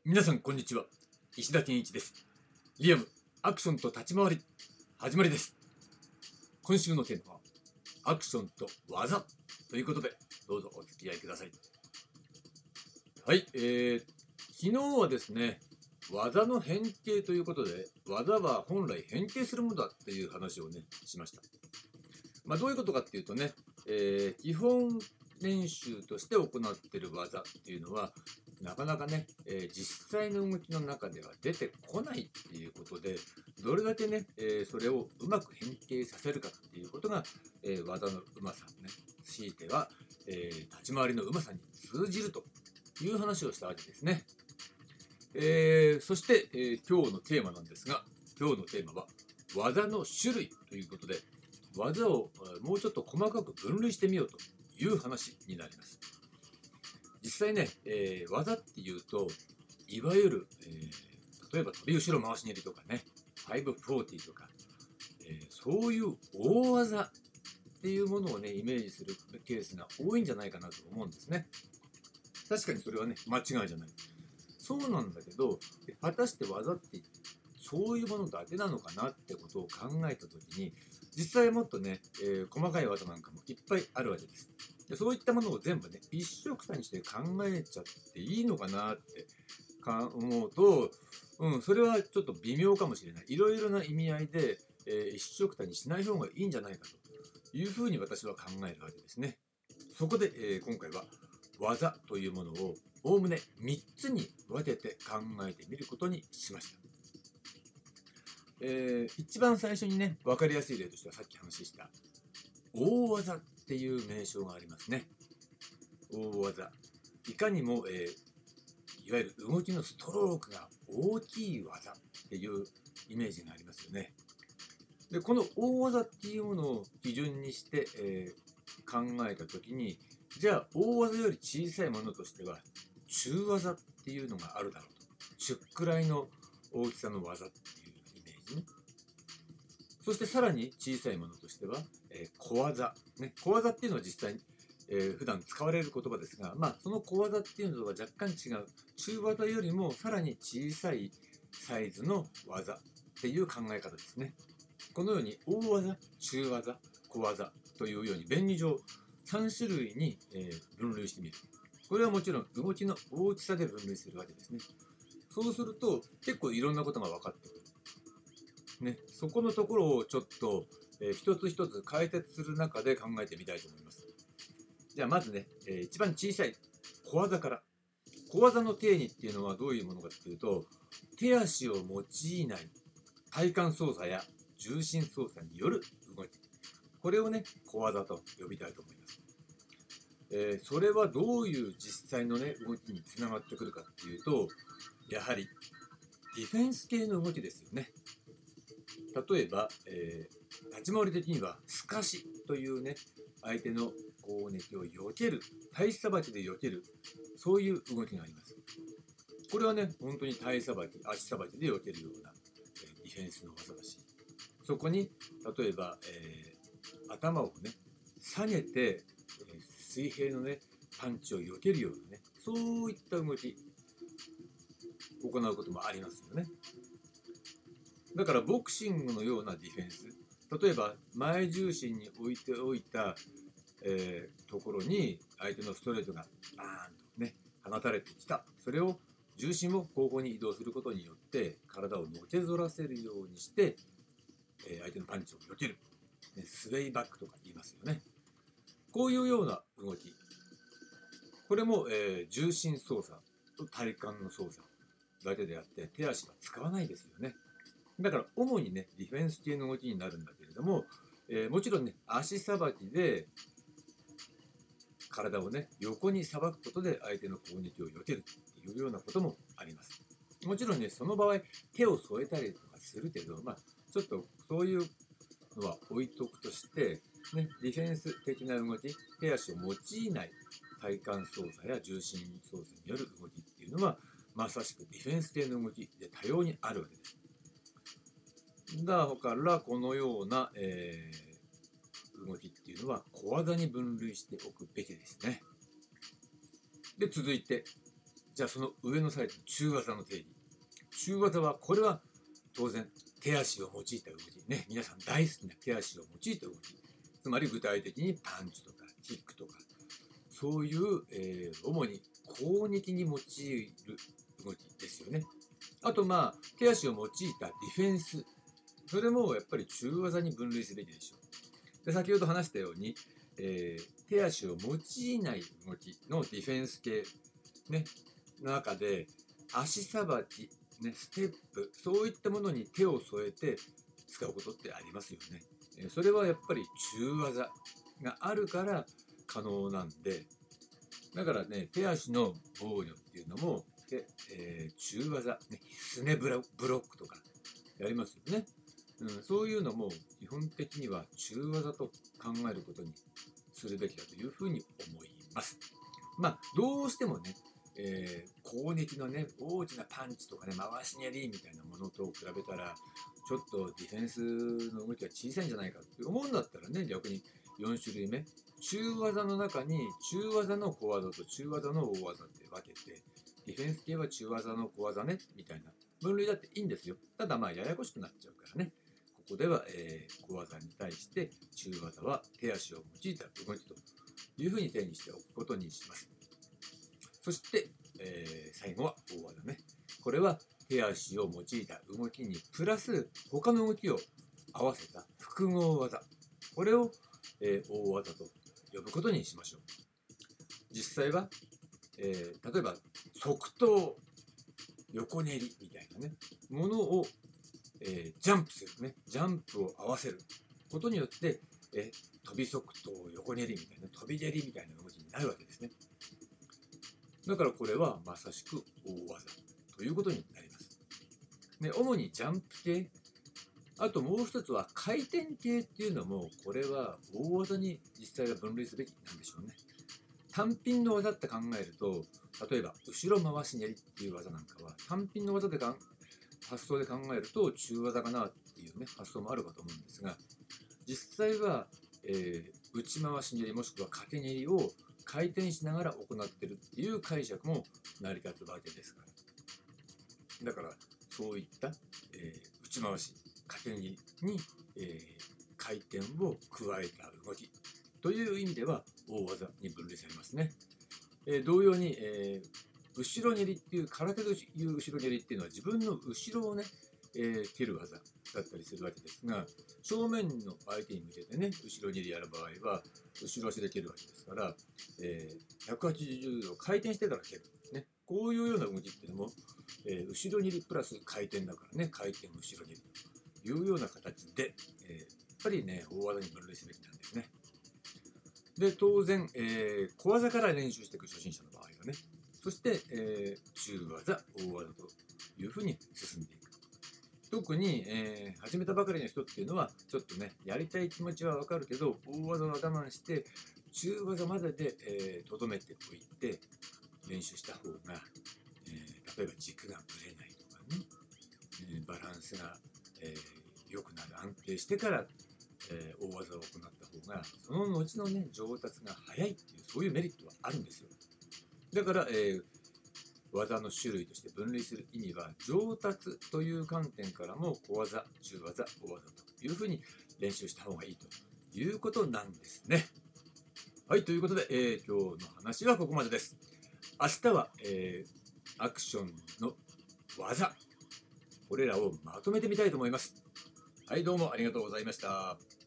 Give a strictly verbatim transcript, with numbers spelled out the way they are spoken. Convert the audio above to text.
皆さんこんにちは。石田健一です。リアムアクションと立ち回り始まりです。今週のテーマはアクションと技ということで、どうぞお付き合いください。はい、えー、昨日はですね、技の変形ということで、技は本来変形するものだっていう話をねしました。まあ、どういうことかっていうとね、えー基本練習として行っている技っていうのはなかなかね、えー実際の動きの中では出てこないっていうことで、どれだけね、えーそれをうまく変形させるかっていうことが、えー技のうまさね、強いては、えー立ち回りのうまさに通じるという話をしたわけですね。えーそして、えー今日のテーマなんですが、今日のテーマは技の種類ということで、技をえーもうちょっと細かく分類してみようという話になります。実際ね、えー技っていうと、いわゆる、えー例えば飛び後ろ回し蹴りとかね、ファイブフォーティーとか、えーそういう大技っていうものをね、イメージするケースが多いんじゃないかなと思うんですね。確かにそれはね、間違いじゃない。そうなんだけど、果たして技ってそういうものだけなのかなってことを考えたときに、実際もっとね、えー細かい技なんかもいっぱいあるわけです。でそういったものを全部ね、一緒くたにして考えちゃっていいのかなってか思うと、うん、それはちょっと微妙かもしれない。いろいろな意味合いで、えー一緒くたにしない方がいいんじゃないかというふうに私は考えるわけですね。そこで、えー今回は技というものをおおむねみっつに分けて考えてみることにしました。えー一番最初にね、分かりやすい例としてはさっき話した大技っていう名称がありますね。大技。いかにも、えーいわゆる動きのストロークが大きい技っていうイメージがありますよね。で、この大技っていうものを基準にして、えー考えたときに、じゃあ大技より小さいものとしては中技っていうのがあるだろうと。中くらいの大きさの技っていうイメージね。そしてさらに小さいものとしては、えー小技、ね。小技っていうのは実際に、えー普段使われる言葉ですが、まあ、その小技っていうのとは若干違う。中技よりもさらに小さいサイズの技っていう考え方ですね。このように大技、中技、小技というように便宜上さん種類に、えー分類してみる。これはもちろん動きの大きさで分類するわけですね。そうすると結構いろんなことが分かってくる。ね、そこのところをちょっと、えー一つ一つ解説する中で考えてみたいと思います。じゃあまずね、えー一番小さい小技から。小技の定義っていうのはどういうものかっていうと、手足を用いない体幹操作や重心操作による動き。これをね、小技と呼びたいと思います。えーそれはどういう実際のね、動きにつながってくるかっていうと、やはりディフェンス系の動きですよね。例えば、えー立ち回り的には透かしというね、相手の攻撃を避ける、体さばきで避ける、そういう動きがあります。これはね、本当に体さばき、足さばきで避けるような、えーディフェンスの技だし、そこに例えば、えー頭をね、下げて、えー水平のね、パンチを避けるようなね、そういった動き、行うこともありますよね。だからボクシングのようなディフェンス、例えば前重心に置いておいた、えーところに相手のストレートがバーンとね放たれてきた。それを重心を後方に移動することによって体をのけぞらせるようにして、えー相手のパンチを避ける。スウェイバックとか言いますよね。こういうような動き。これも、えー重心操作と体幹の操作だけであって手足は使わないですよね。だから主にね、ディフェンス系の動きになるんだけれども、えーもちろんね、足さばきで体をね、横にさばくことで相手の攻撃を避けるというようなこともあります。もちろんね、その場合、手を添えたりとかするけど、まあ、ちょっとそういうのは置いとくとして、ね、ディフェンス的な動き、手足を用いない体幹操作や重心操作による動きっていうのは、まさしくディフェンス系の動きで多様にあるわけです。だからこのような、えー動きっていうのは小技に分類しておくべきですね。で続いてじゃあその上のサイズ、中技の定義。中技は、これは当然手足を用いた動きね、皆さん大好きな手足を用いた動き、つまり具体的にパンチとかキックとか、そういう、えー、主に攻撃に用いる動きですよね。あとまあ手足を用いたディフェンス、それもやっぱり中技に分類すべきでしょう。で、先ほど話したように、えー、手足を用いない動きのディフェンス系、ね、の中で足さばき、ね、ステップ、そういったものに手を添えて使うことってありますよね。えー、それはやっぱり中技があるから可能なんで、だからね、手足の防御っていうのも、でえー、中技、ね、すねブロックとかやりますよね。うん、そういうのも基本的には中技と考えることにするべきだというふうに思います。まあ、どうしてもね、えー、攻撃のね、大きなパンチとかね、回し蹴りみたいなものと比べたら、ちょっとディフェンスの動きが小さいんじゃないかって思うんだったらね、逆によん種類目、中技の中に中技の小技と中技の大技って分けて、ディフェンス系は中技の小技ね、みたいな分類だっていいんですよ。ただまあややこしくなっちゃうからね。ここでは、えー、小技に対して中技は手足を用いた動きというふうに定義しておくことにします。そして、えー、最後は大技ね。これは手足を用いた動きにプラス他の動きを合わせた複合技。これを、えー、大技と呼ぶことにしましょう。実際は、えー、例えば側頭、横練りみたいなね、ものをえー、ジャンプするね、ジャンプを合わせることによって、えー、飛び側頭、横練りみたいな、飛び蹴りみたいな動きになるわけですね。だからこれはまさしく大技ということになります。で、主にジャンプ系、あともう一つは回転系っていうのも、これは大技に実際は分類すべきなんでしょうね。単品の技って考えると、例えば後ろ回し蹴りっていう技なんかは単品の技でかん発想で考えると中技かなっていうね発想もあるかと思うんですが、実際は、えー、内回し蹴りもしくは掛け蹴りを回転しながら行ってるっていう解釈も成り立つわけですから。だからそういった、えー、内回し掛け蹴りに、えー、回転を加えた動きという意味では大技に分類されますね。えー、同様に、えー後ろ蹴りっていう、空手でいう後ろ蹴りっていうのは自分の後ろをね、えー、蹴る技だったりするわけですが、正面の相手に向けてね、後ろ蹴りやる場合は、後ろ足で蹴るわけですから、えー、ひゃくはちじゅうど回転してから蹴る。ね、こういうような動きっていうのも、えー、後ろ蹴りプラス回転だからね、回転後ろ蹴りというような形で、えー、やっぱりね、大技に分類すべきなんですね。で、当然、えー、小技から練習していく初心者の場合はね、そして、えー、中技、大技というふうに進んでいく。特に、えー、始めたばかりの人っていうのは、ちょっとね、やりたい気持ちはわかるけど、大技は我慢して、中技まででとど、えー、めておいて、練習した方が、えー、例えば軸がぶれないとかね、えー、バランスが、えー、良くなる、安定してから、えー、大技を行った方が、その後のね、上達が早いっていう、そういうメリットはあるんですよ。だから、えー、技の種類として分類する意味は、上達という観点からも小技、中技、大技というふうに練習した方がいいということなんですね。はい、ということで、えー、今日の話はここまでです。明日は、えー、アクションの技、これらをまとめてみたいと思います。はい、どうもありがとうございました。